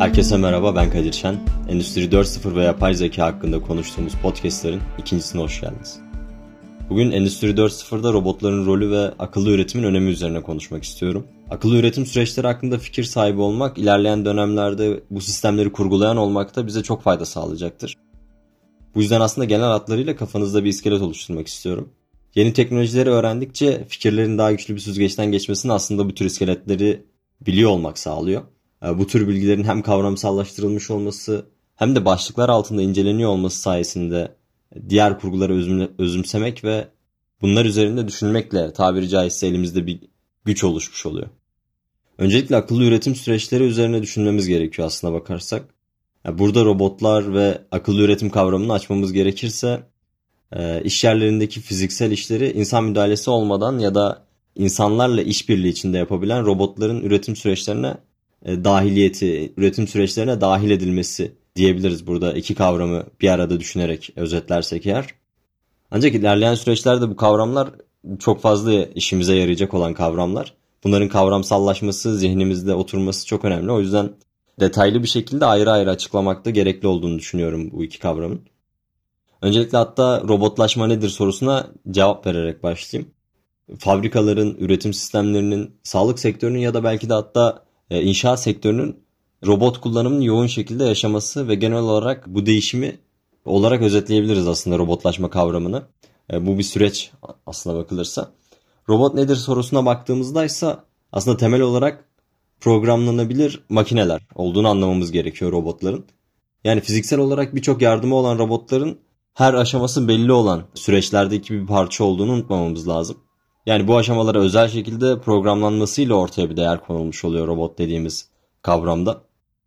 Herkese merhaba, ben Kadir Şen. Endüstri 4.0 ve yapay zeka hakkında konuştuğumuz podcastlerin ikincisine hoş geldiniz. Bugün Endüstri 4.0'da robotların rolü ve akıllı üretimin önemi üzerine konuşmak istiyorum. Akıllı üretim süreçleri hakkında fikir sahibi olmak, ilerleyen dönemlerde bu sistemleri kurgulayan olmak da bize çok fayda sağlayacaktır. Bu yüzden aslında genel hatlarıyla kafanızda bir iskelet oluşturmak istiyorum. Yeni teknolojileri öğrendikçe fikirlerin daha güçlü bir süzgeçten geçmesini aslında bu tür iskeletleri biliyor olmak sağlıyor. Bu tür bilgilerin hem kavramsallaştırılmış olması hem de başlıklar altında inceleniyor olması sayesinde diğer kurguları özümsemek ve bunlar üzerinde düşünmekle tabiri caizse elimizde bir güç oluşmuş oluyor. Öncelikle akıllı üretim süreçleri üzerine düşünmemiz gerekiyor aslına bakarsak. Burada robotlar ve akıllı üretim kavramını açmamız gerekirse iş yerlerindeki fiziksel işleri insan müdahalesi olmadan ya da insanlarla işbirliği içinde yapabilen robotların üretim süreçlerine üretim süreçlerine dahil edilmesi diyebiliriz burada iki kavramı bir arada düşünerek özetlersek eğer. Ancak ilerleyen süreçlerde bu kavramlar çok fazla işimize yarayacak olan kavramlar. Bunların kavramsallaşması, zihnimizde oturması çok önemli. O yüzden detaylı bir şekilde ayrı ayrı açıklamakta gerekli olduğunu düşünüyorum bu iki kavramın. Öncelikle hatta robotlaşma nedir sorusuna cevap vererek başlayayım. Fabrikaların, üretim sistemlerinin, sağlık sektörünün ya da belki de hatta inşaat sektörünün robot kullanımının yoğun şekilde yaşaması ve genel olarak bu değişimi olarak özetleyebiliriz aslında robotlaşma kavramını. Bu bir süreç aslına bakılırsa. Robot nedir sorusuna baktığımızda ise aslında temel olarak programlanabilir makineler olduğunu anlamamız gerekiyor robotların. Yani fiziksel olarak birçok yardımı olan robotların her aşaması belli olan süreçlerdeki bir parça olduğunu unutmamamız lazım. Yani bu aşamalara özel şekilde programlanmasıyla ortaya bir değer konulmuş oluyor robot dediğimiz kavramda.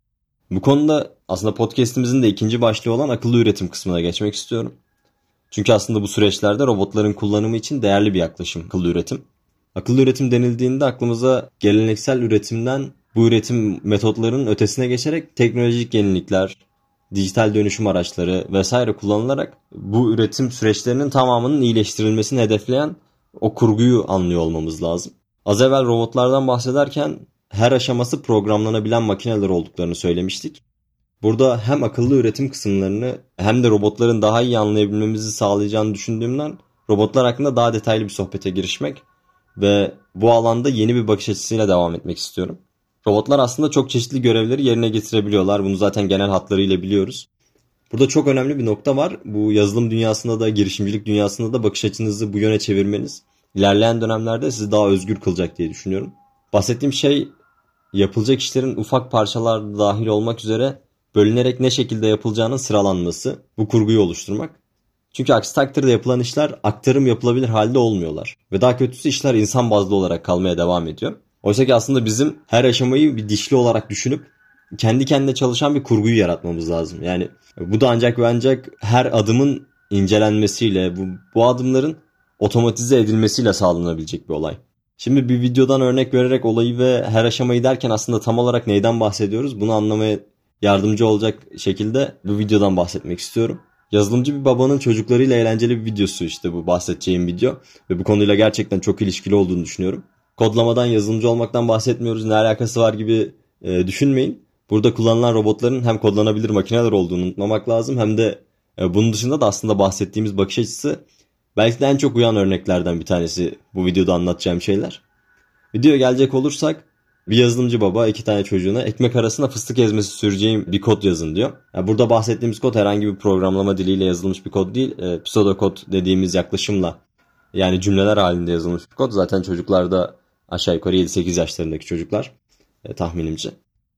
Bu konuda aslında podcast'imizin de ikinci başlığı olan akıllı üretim kısmına geçmek istiyorum. Çünkü aslında bu süreçlerde robotların kullanımı için değerli bir yaklaşım akıllı üretim. Akıllı üretim denildiğinde aklımıza geleneksel üretimden bu üretim metotlarının ötesine geçerek teknolojik yenilikler, dijital dönüşüm araçları vesaire kullanılarak bu üretim süreçlerinin tamamının iyileştirilmesini hedefleyen o kurguyu anlıyor olmamız lazım. Az evvel robotlardan bahsederken her aşaması programlanabilen makineler olduklarını söylemiştik. Burada hem akıllı üretim kısımlarını hem de robotların daha iyi anlayabilmemizi sağlayacağını düşündüğümden robotlar hakkında daha detaylı bir sohbete girişmek ve bu alanda yeni bir bakış açısıyla devam etmek istiyorum. Robotlar aslında çok çeşitli görevleri yerine getirebiliyorlar. Bunu zaten genel hatlarıyla biliyoruz. Burada çok önemli bir nokta var. Bu yazılım dünyasında da girişimcilik dünyasında da bakış açınızı bu yöne çevirmeniz ilerleyen dönemlerde sizi daha özgür kılacak diye düşünüyorum. Bahsettiğim şey yapılacak işlerin ufak parçalar dahil olmak üzere bölünerek ne şekilde yapılacağının sıralanması, bu kurguyu oluşturmak. Çünkü aksi takdirde yapılan işler aktarım yapılabilir halde olmuyorlar. Ve daha kötüsü işler insan bazlı olarak kalmaya devam ediyor. Oysa ki aslında bizim her aşamayı bir dişli olarak düşünüp kendi kendine çalışan bir kurguyu yaratmamız lazım. Yani bu da ancak ve ancak her adımın incelenmesiyle, bu adımların otomatize edilmesiyle sağlanabilecek bir olay. Şimdi bir videodan örnek vererek olayı ve her aşamayı derken aslında tam olarak neyden bahsediyoruz bunu anlamaya yardımcı olacak şekilde bu videodan bahsetmek istiyorum. Yazılımcı bir babanın çocuklarıyla eğlenceli bir videosu işte bu bahsedeceğim video ve bu konuyla gerçekten çok ilişkili olduğunu düşünüyorum. Kodlamadan, yazılımcı olmaktan bahsetmiyoruz, ne alakası var gibi düşünmeyin. Burada kullanılan robotların hem kodlanabilir makineler olduğunu unutmamak lazım hem de bunun dışında da aslında bahsettiğimiz bakış açısı belki de en çok uyan örneklerden bir tanesi bu videoda anlatacağım şeyler. Videoya gelecek olursak bir yazılımcı baba iki tane çocuğuna ekmek arasına fıstık ezmesi süreceğim bir kod yazın diyor. Yani burada bahsettiğimiz kod herhangi bir programlama diliyle yazılmış bir kod değil. Pseudokod dediğimiz yaklaşımla yani cümleler halinde yazılmış bir kod. Zaten çocuklarda aşağı yukarı 7-8 yaşlarındaki çocuklar tahminimce.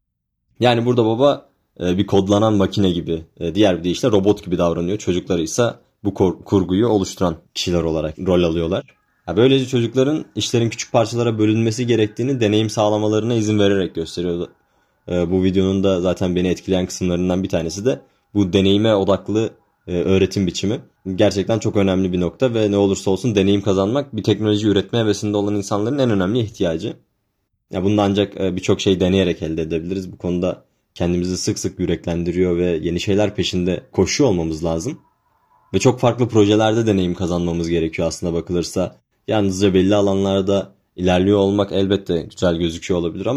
Yani burada baba bir kodlanan makine gibi diğer bir deyişle robot gibi davranıyor. Çocukları ise bu kurguyu oluşturan kişiler olarak rol alıyorlar. Böylece çocukların işlerin küçük parçalara bölünmesi gerektiğini deneyim sağlamalarına izin vererek gösteriyor. Bu videonun da zaten beni etkileyen kısımlarından bir tanesi de bu deneyime odaklı öğretim biçimi. Gerçekten çok önemli bir nokta ve ne olursa olsun deneyim kazanmak bir teknoloji üretme hevesinde olan insanların en önemli ihtiyacı. Bunu da ancak birçok şey deneyerek elde edebiliriz. Bu konuda kendimizi sık sık yüreklendiriyor ve yeni şeyler peşinde koşuyor olmamız lazım. Ve çok farklı projelerde deneyim kazanmamız gerekiyor aslında bakılırsa. Yalnızca belli alanlarda ilerliyor olmak elbette güzel gözüküyor olabilir ama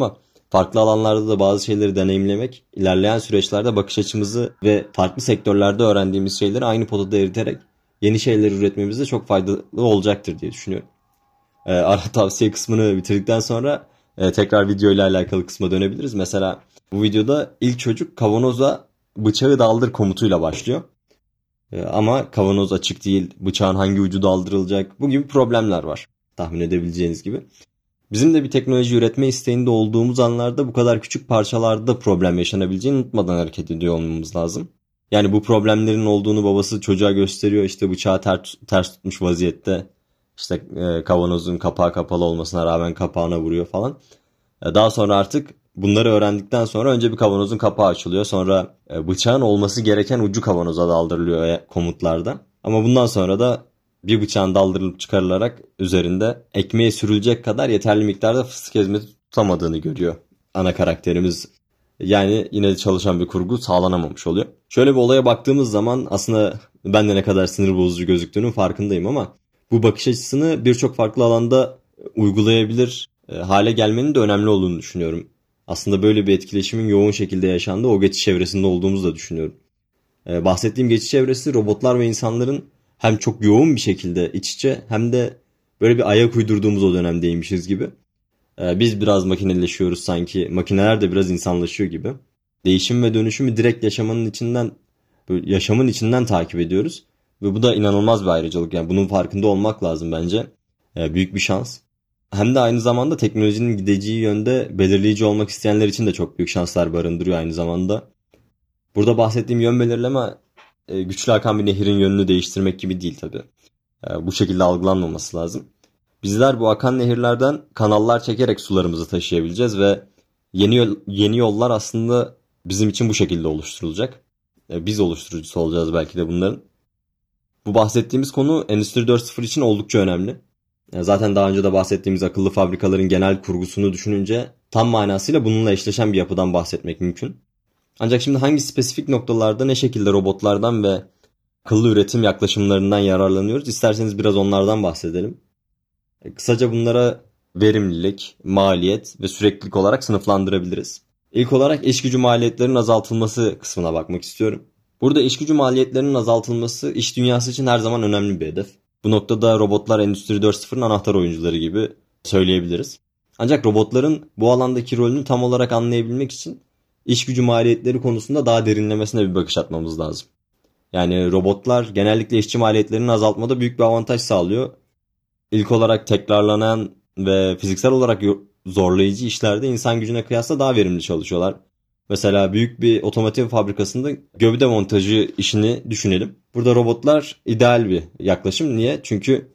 farklı alanlarda da bazı şeyleri deneyimlemek, ilerleyen süreçlerde bakış açımızı ve farklı sektörlerde öğrendiğimiz şeyleri aynı potada eriterek yeni şeyler üretmemizde çok faydalı olacaktır diye düşünüyorum. Ara tavsiye kısmını bitirdikten sonra tekrar video ile alakalı kısma dönebiliriz. Mesela bu videoda ilk çocuk kavanoza bıçağı daldır komutuyla başlıyor. Ama kavanoz açık değil, bıçağın hangi ucu daldırılacak, bu gibi problemler var tahmin edebileceğiniz gibi. Bizim de bir teknoloji üretme isteğinde olduğumuz anlarda bu kadar küçük parçalarda problem yaşanabileceğini unutmadan hareket ediyor olmamız lazım. Yani bu problemlerin olduğunu babası çocuğa gösteriyor, işte bıçağı ters tutmuş vaziyette, işte kavanozun kapağı kapalı olmasına rağmen kapağına vuruyor falan. Daha sonra artık bunları öğrendikten sonra önce bir kavanozun kapağı açılıyor. Sonra bıçağın olması gereken ucu kavanoza daldırılıyor komutlarda. Ama bundan sonra da bir bıçağın daldırılıp çıkarılarak üzerinde ekmeğe sürülecek kadar yeterli miktarda fıstık ezmesi tutamadığını görüyor ana karakterimiz. Yani yine de çalışan bir kurgu sağlanamamış oluyor. Şöyle bir olaya baktığımız zaman aslında ben de ne kadar sinir bozucu gözüktüğünün farkındayım ama bu bakış açısını birçok farklı alanda uygulayabilir hale gelmenin de önemli olduğunu düşünüyorum. Aslında böyle bir etkileşimin yoğun şekilde yaşandığı o geçiş evresinde olduğumuzu da düşünüyorum. Bahsettiğim geçiş evresi robotlar ve insanların hem çok yoğun bir şekilde iç içe hem de böyle bir ayak uydurduğumuz o dönemdeymişiz gibi. Biz biraz makineleşiyoruz sanki, makineler de biraz insanlaşıyor gibi. Değişim ve dönüşümü direkt yaşamın içinden takip ediyoruz. Ve bu da inanılmaz bir ayrıcalık. Yani bunun farkında olmak lazım bence. Büyük bir şans. Hem de aynı zamanda teknolojinin gideceği yönde belirleyici olmak isteyenler için de çok büyük şanslar barındırıyor aynı zamanda. Burada bahsettiğim yön belirleme güçlü akan bir nehrin yönünü değiştirmek gibi değil tabii. Bu şekilde algılanmaması lazım. Bizler bu akan nehirlerden kanallar çekerek sularımızı taşıyabileceğiz ve yeni yollar aslında bizim için bu şekilde oluşturulacak. Biz oluşturucusu olacağız belki de bunların. Bu bahsettiğimiz konu Endüstri 4.0 için oldukça önemli. Zaten daha önce de bahsettiğimiz akıllı fabrikaların genel kurgusunu düşününce tam manasıyla bununla eşleşen bir yapıdan bahsetmek mümkün. Ancak şimdi hangi spesifik noktalarda ne şekilde robotlardan ve akıllı üretim yaklaşımlarından yararlanıyoruz? İsterseniz biraz onlardan bahsedelim. Kısaca bunlara verimlilik, maliyet ve süreklilik olarak sınıflandırabiliriz. İlk olarak iş gücü maliyetlerinin azaltılması kısmına bakmak istiyorum. Burada iş gücü maliyetlerinin azaltılması iş dünyası için her zaman önemli bir hedef. Bu noktada robotlar Endüstri 4.0'ın anahtar oyuncuları gibi söyleyebiliriz. Ancak robotların bu alandaki rolünü tam olarak anlayabilmek için iş gücü maliyetleri konusunda daha derinlemesine bir bakış atmamız lazım. Yani robotlar genellikle işçi maliyetlerini azaltmada büyük bir avantaj sağlıyor. İlk olarak tekrarlanan ve fiziksel olarak zorlayıcı işlerde insan gücüne kıyasla daha verimli çalışıyorlar. Mesela büyük bir otomotiv fabrikasında gövde montajı işini düşünelim. Burada robotlar ideal bir yaklaşım. Niye? Çünkü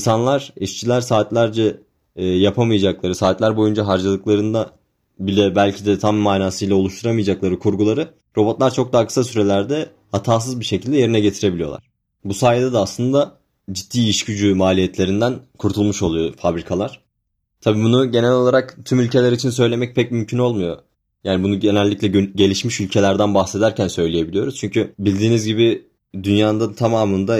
işçiler saatlerce yapamayacakları, saatler boyunca harcadıklarında bile belki de tam manasıyla oluşturamayacakları kurguları robotlar çok daha kısa sürelerde hatasız bir şekilde yerine getirebiliyorlar. Bu sayede de aslında ciddi iş gücü maliyetlerinden kurtulmuş oluyor fabrikalar. Tabii bunu genel olarak tüm ülkeler için söylemek pek mümkün olmuyor. Yani bunu genellikle gelişmiş ülkelerden bahsederken söyleyebiliyoruz. Çünkü bildiğiniz gibi dünyanın tamamında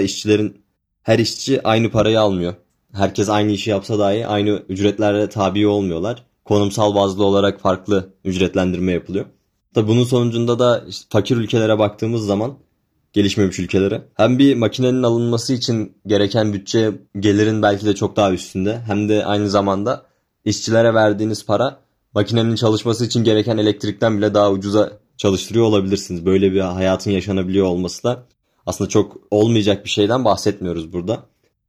her işçi aynı parayı almıyor. Herkes aynı işi yapsa dahi aynı ücretlerle tabi olmuyorlar. Konumsal bazlı olarak farklı ücretlendirme yapılıyor. Tabii bunun sonucunda da fakir ülkelere baktığımız zaman, gelişmemiş ülkelere, hem bir makinenin alınması için gereken bütçe gelirin belki de çok daha üstünde, hem de aynı zamanda işçilere verdiğiniz para makinenin çalışması için gereken elektrikten bile daha ucuza çalıştırıyor olabilirsiniz. Böyle bir hayatın yaşanabiliyor olması da aslında çok olmayacak bir şeyden bahsetmiyoruz burada.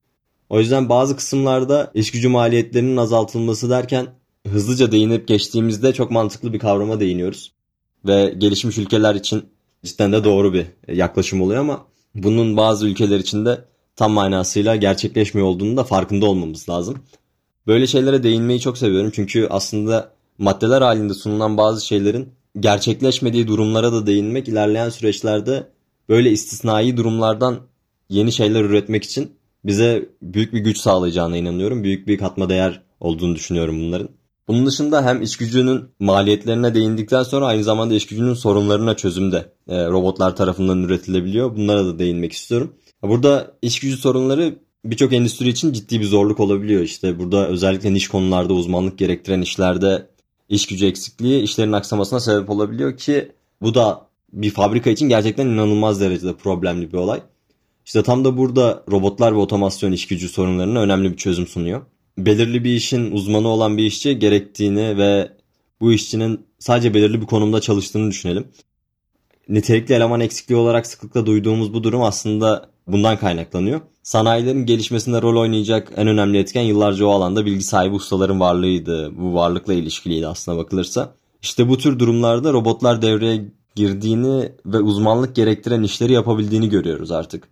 O yüzden bazı kısımlarda iş gücü maliyetlerinin azaltılması derken hızlıca değinip geçtiğimizde çok mantıklı bir kavrama değiniyoruz. Ve gelişmiş ülkeler için cidden de doğru bir yaklaşım oluyor ama bunun bazı ülkeler için de tam manasıyla gerçekleşmiyor olduğunu da farkında olmamız lazım. Böyle şeylere değinmeyi çok seviyorum çünkü aslında maddeler halinde sunulan bazı şeylerin gerçekleşmediği durumlara da değinmek ilerleyen süreçlerde böyle istisnai durumlardan yeni şeyler üretmek için bize büyük bir güç sağlayacağına inanıyorum. Büyük bir katma değer olduğunu düşünüyorum bunların. Bunun dışında hem iş gücünün maliyetlerine değindikten sonra aynı zamanda iş gücünün sorunlarına çözüm de robotlar tarafından üretilebiliyor. Bunlara da değinmek istiyorum. Burada iş gücü sorunları birçok endüstri için ciddi bir zorluk olabiliyor. İşte burada özellikle niş konularda uzmanlık gerektiren işlerde iş gücü eksikliği işlerin aksamasına sebep olabiliyor ki bu da bir fabrika için gerçekten inanılmaz derecede problemli bir olay. İşte tam da burada robotlar ve otomasyon iş gücü sorunlarına önemli bir çözüm sunuyor. Belirli bir işin uzmanı olan bir işçi gerektiğini ve bu işçinin sadece belirli bir konumda çalıştığını düşünelim. Nitelikli eleman eksikliği olarak sıklıkla duyduğumuz bu durum aslında bundan kaynaklanıyor. Sanayilerin gelişmesinde rol oynayacak en önemli etken yıllarca o alanda bilgi sahibi ustaların varlığıydı. Bu varlıkla ilişkiliydi aslına bakılırsa. İşte bu tür durumlarda robotlar devreye girdiğini ve uzmanlık gerektiren işleri yapabildiğini görüyoruz artık.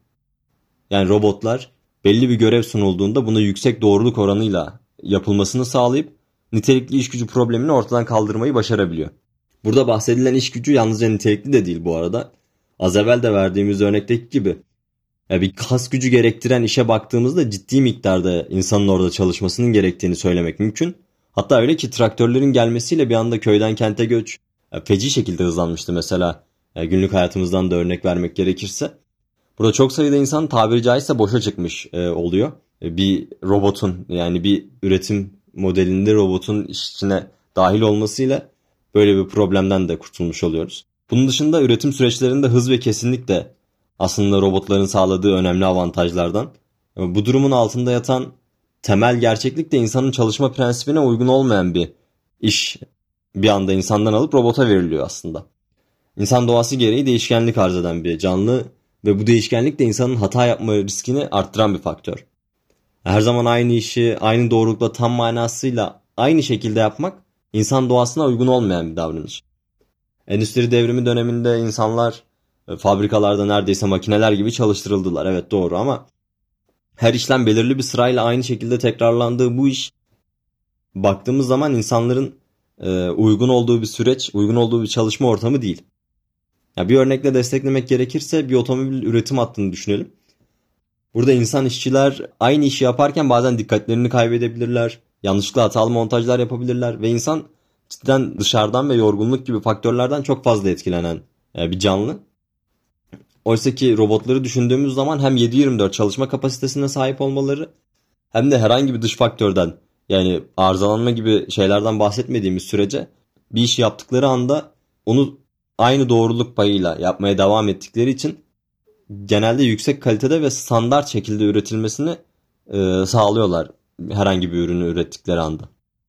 Yani robotlar belli bir görev sunulduğunda bunu yüksek doğruluk oranıyla yapılmasını sağlayıp nitelikli iş gücü problemini ortadan kaldırmayı başarabiliyor. Burada bahsedilen iş gücü yalnızca nitelikli de değil bu arada. Az evvel de verdiğimiz örnekteki gibi. Bir kas gücü gerektiren işe baktığımızda ciddi miktarda insanın orada çalışmasının gerektiğini söylemek mümkün. Hatta öyle ki traktörlerin gelmesiyle bir anda köyden kente göç feci şekilde hızlanmıştı mesela. Günlük hayatımızdan da örnek vermek gerekirse. Burada çok sayıda insan tabiri caizse boşa çıkmış oluyor. Bir robotun yani bir üretim modelinde robotun içine dahil olmasıyla böyle bir problemden de kurtulmuş oluyoruz. Bunun dışında üretim süreçlerinde hız ve kesinlik de aslında robotların sağladığı önemli avantajlardan. Bu durumun altında yatan temel gerçeklik de insanın çalışma prensibine uygun olmayan bir iş bir anda insandan alıp robota veriliyor aslında. İnsan doğası gereği değişkenlik arz eden bir canlı ve bu değişkenlik de insanın hata yapma riskini arttıran bir faktör. Her zaman aynı işi aynı doğrulukla tam manasıyla aynı şekilde yapmak insan doğasına uygun olmayan bir davranış. Endüstri devrimi döneminde insanlar fabrikalarda neredeyse makineler gibi çalıştırıldılar. Evet doğru ama her işlem belirli bir sırayla aynı şekilde tekrarlandığı bu iş baktığımız zaman insanların uygun olduğu bir süreç, uygun olduğu bir çalışma ortamı değil. Bir örnekle desteklemek gerekirse bir otomobil üretim hattını düşünelim. Burada insan işçiler aynı işi yaparken bazen dikkatlerini kaybedebilirler, yanlışlıkla hatalı montajlar yapabilirler ve insan cidden dışarıdan ve yorgunluk gibi faktörlerden çok fazla etkilenen bir canlı. Oysa ki robotları düşündüğümüz zaman hem 7/24 çalışma kapasitesine sahip olmaları hem de herhangi bir dış faktörden yani arızalanma gibi şeylerden bahsetmediğimiz sürece bir işi yaptıkları anda onu aynı doğruluk payıyla yapmaya devam ettikleri için genelde yüksek kalitede ve standart şekilde üretilmesini sağlıyorlar herhangi bir ürünü ürettikleri anda.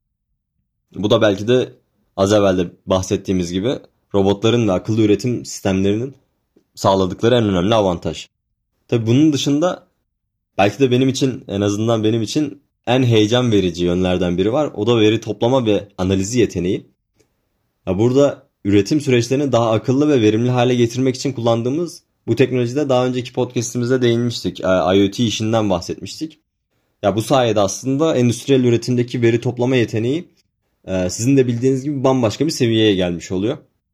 Bu da belki de az evvel de bahsettiğimiz gibi robotların ve akıllı üretim sistemlerinin sağladıkları en önemli avantaj. Tabii bunun dışında belki de benim için en azından benim için en heyecan verici yönlerden biri var. O da veri toplama ve analizi yeteneği. Burada üretim süreçlerini daha akıllı ve verimli hale getirmek için kullandığımız bu teknolojide daha önceki podcastimizde değinmiştik. IoT işinden bahsetmiştik. Bu sayede aslında endüstriyel üretimdeki veri toplama yeteneği sizin de bildiğiniz gibi bambaşka bir seviyeye gelmiş oluyor.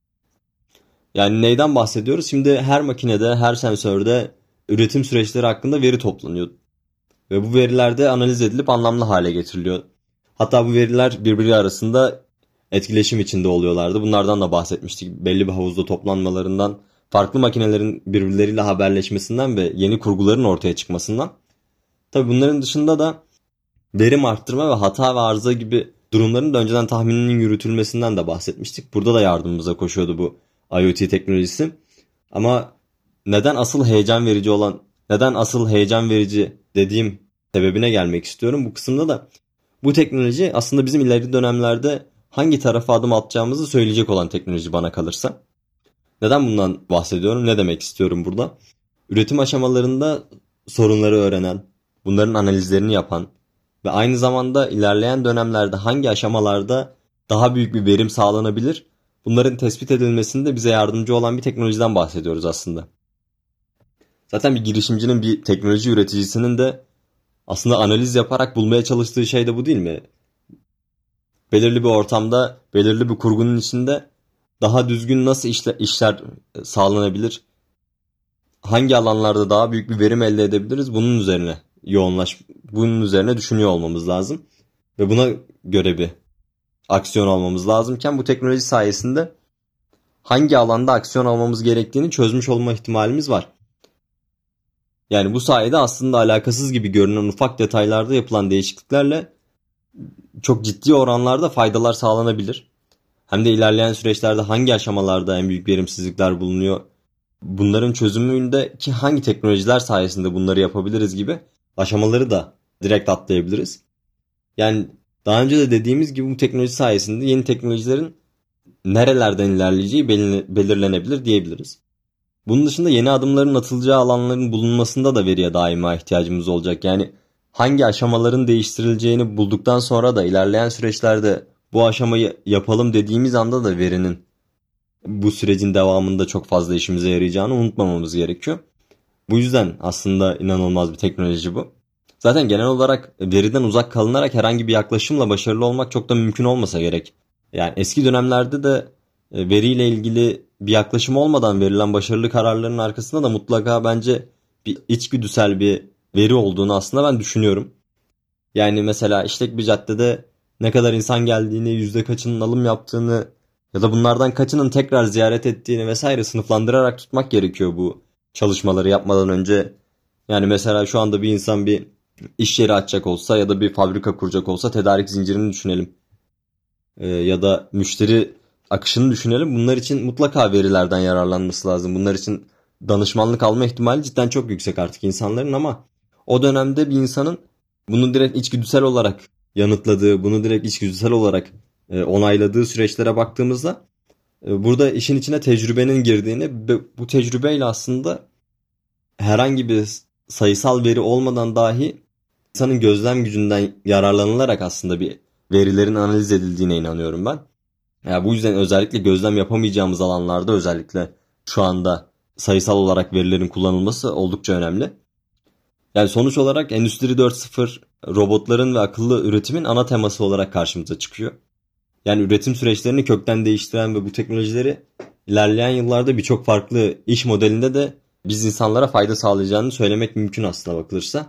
Yani neyden bahsediyoruz? Şimdi her makinede, her sensörde üretim süreçleri hakkında veri toplanıyor. Ve bu veriler de analiz edilip anlamlı hale getiriliyor. Hatta bu veriler birbiri arasında etkileşim içinde oluyorlardı. Bunlardan da bahsetmiştik. Belli bir havuzda toplanmalarından, farklı makinelerin birbirleriyle haberleşmesinden ve yeni kurguların ortaya çıkmasından. Tabii bunların dışında da verim arttırma ve hata ve arıza gibi durumların da önceden tahmininin yürütülmesinden de bahsetmiştik. Burada da yardımımıza koşuyordu bu IoT teknolojisi. Ama neden asıl heyecan verici dediğim sebebine gelmek istiyorum. Bu kısımda da bu teknoloji aslında bizim ileri dönemlerde hangi tarafa adım atacağımızı söyleyecek olan teknoloji bana kalırsa. Neden bundan bahsediyorum? Ne demek istiyorum burada? Üretim aşamalarında sorunları öğrenen, bunların analizlerini yapan ve aynı zamanda ilerleyen dönemlerde hangi aşamalarda daha büyük bir verim sağlanabilir, bunların tespit edilmesinde bize yardımcı olan bir teknolojiden bahsediyoruz aslında. Zaten bir girişimcinin, bir teknoloji üreticisinin de aslında analiz yaparak bulmaya çalıştığı şey de bu değil mi? Belirli bir ortamda, belirli bir kurgunun içinde daha düzgün nasıl işler sağlanabilir? Hangi alanlarda daha büyük bir verim elde edebiliriz? Bunun üzerine düşünüyor olmamız lazım. Ve buna göre bir aksiyon almamız lazımken bu teknoloji sayesinde hangi alanda aksiyon almamız gerektiğini çözmüş olma ihtimalimiz var. Yani bu sayede aslında alakasız gibi görünen ufak detaylarda yapılan değişikliklerle çok ciddi oranlarda faydalar sağlanabilir. hem de ilerleyen süreçlerde hangi aşamalarda en büyük verimsizlikler bulunuyor, bunların çözümündeki hangi teknolojiler sayesinde bunları yapabiliriz gibi aşamaları da direkt atlayabiliriz. Yani daha önce de dediğimiz gibi bu teknoloji sayesinde yeni teknolojilerin nerelerden ilerleyeceği belirlenebilir diyebiliriz. Bunun dışında yeni adımların atılacağı alanların bulunmasında da veriye daima ihtiyacımız olacak. Yani hangi aşamaların değiştirileceğini bulduktan sonra da ilerleyen süreçlerde bu aşamayı yapalım dediğimiz anda da verinin bu sürecin devamında çok fazla işimize yarayacağını unutmamamız gerekiyor. Bu yüzden aslında inanılmaz bir teknoloji bu. Zaten genel olarak veriden uzak kalınarak herhangi bir yaklaşımla başarılı olmak çok da mümkün olmasa gerek. Yani eski dönemlerde de veriyle ilgili bir yaklaşım olmadan verilen başarılı kararların arkasında da mutlaka bence bir içgüdüsel bir veri olduğunu aslında ben düşünüyorum. Yani mesela işlek bir caddede ne kadar insan geldiğini, yüzde kaçının alım yaptığını ya da bunlardan kaçının tekrar ziyaret ettiğini vesaire sınıflandırarak tutmak gerekiyor bu çalışmaları yapmadan önce. Yani mesela şu anda bir insan bir iş yeri açacak olsa ya da bir fabrika kuracak olsa tedarik zincirini düşünelim. Ya da müşteri akışını düşünelim. Bunlar için mutlaka verilerden yararlanması lazım. Bunlar için danışmanlık alma ihtimali cidden çok yüksek artık insanların, ama o dönemde bir insanın bunu direkt içgüdüsel olarak yanıtladığı, bunu direkt içgüdüsel olarak onayladığı süreçlere baktığımızda burada işin içine tecrübenin girdiğini, bu tecrübeyle aslında herhangi bir sayısal veri olmadan dahi insanın gözlem gücünden yararlanılarak aslında bir verilerin analiz edildiğine inanıyorum ben. Yani bu yüzden özellikle gözlem yapamayacağımız alanlarda özellikle şu anda sayısal olarak verilerin kullanılması oldukça önemli. Yani sonuç olarak Endüstri 4.0 robotların ve akıllı üretimin ana teması olarak karşımıza çıkıyor. Yani üretim süreçlerini kökten değiştiren ve bu teknolojileri ilerleyen yıllarda birçok farklı iş modelinde de biz insanlara fayda sağlayacağını söylemek mümkün aslına bakılırsa.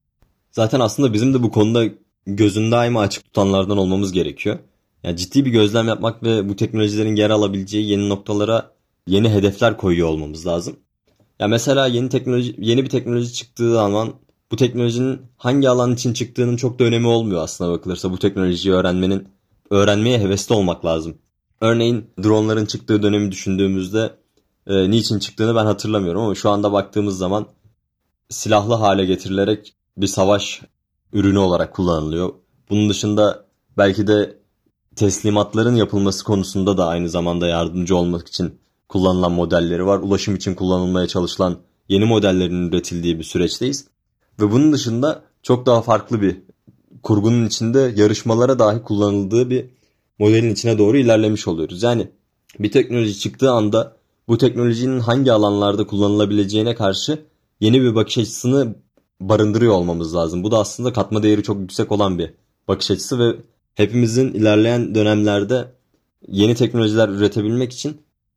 Zaten aslında bizim de bu konuda gözün daima açık tutanlardan olmamız gerekiyor. Yani ciddi bir gözlem yapmak ve bu teknolojilerin yer alabileceği yeni noktalara yeni hedefler koyuyor olmamız lazım. Ya mesela yeni bir teknoloji çıktığı zaman bu teknolojinin hangi alan için çıktığının çok da önemi olmuyor aslına bakılırsa. Bu teknolojiyi öğrenmeye hevesli olmak lazım. Örneğin dronların çıktığı dönemi düşündüğümüzde niçin çıktığını ben hatırlamıyorum, ama şu anda baktığımız zaman silahlı hale getirilerek bir savaş ürünü olarak kullanılıyor. Bunun dışında belki de teslimatların yapılması konusunda da aynı zamanda yardımcı olmak için kullanılan modelleri var. Ulaşım için kullanılmaya çalışılan yeni modellerin üretildiği bir süreçteyiz. Ve bunun dışında çok daha farklı bir kurgunun içinde yarışmalara dahi kullanıldığı bir modelin içine doğru ilerlemiş oluyoruz. Yani bir teknoloji çıktığı anda bu teknolojinin hangi alanlarda kullanılabileceğine karşı yeni bir bakış açısını barındırıyor olmamız lazım. Bu da aslında katma değeri çok yüksek olan bir bakış açısı ve hepimizin ilerleyen dönemlerde yeni teknolojiler üretebilmek için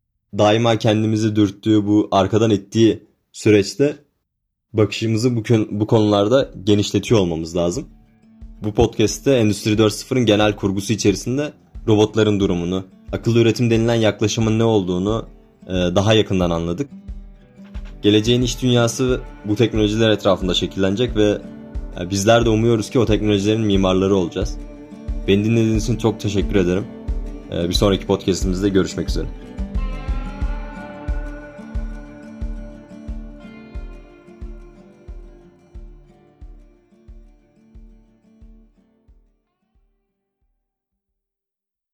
daima kendimizi dürttüğü, bu arkadan ittiği süreçte bakışımızı bu konularda genişletiyor olmamız lazım. Bu podcast'te Endüstri 4.0'ın genel kurgusu içerisinde robotların durumunu, akıllı üretim denilen yaklaşımın ne olduğunu daha yakından anladık. Geleceğin iş dünyası bu teknolojiler etrafında şekillenecek ve bizler de umuyoruz ki o teknolojilerin mimarları olacağız. Beni dinlediğiniz için çok teşekkür ederim. Bir sonraki podcast'imizde görüşmek üzere.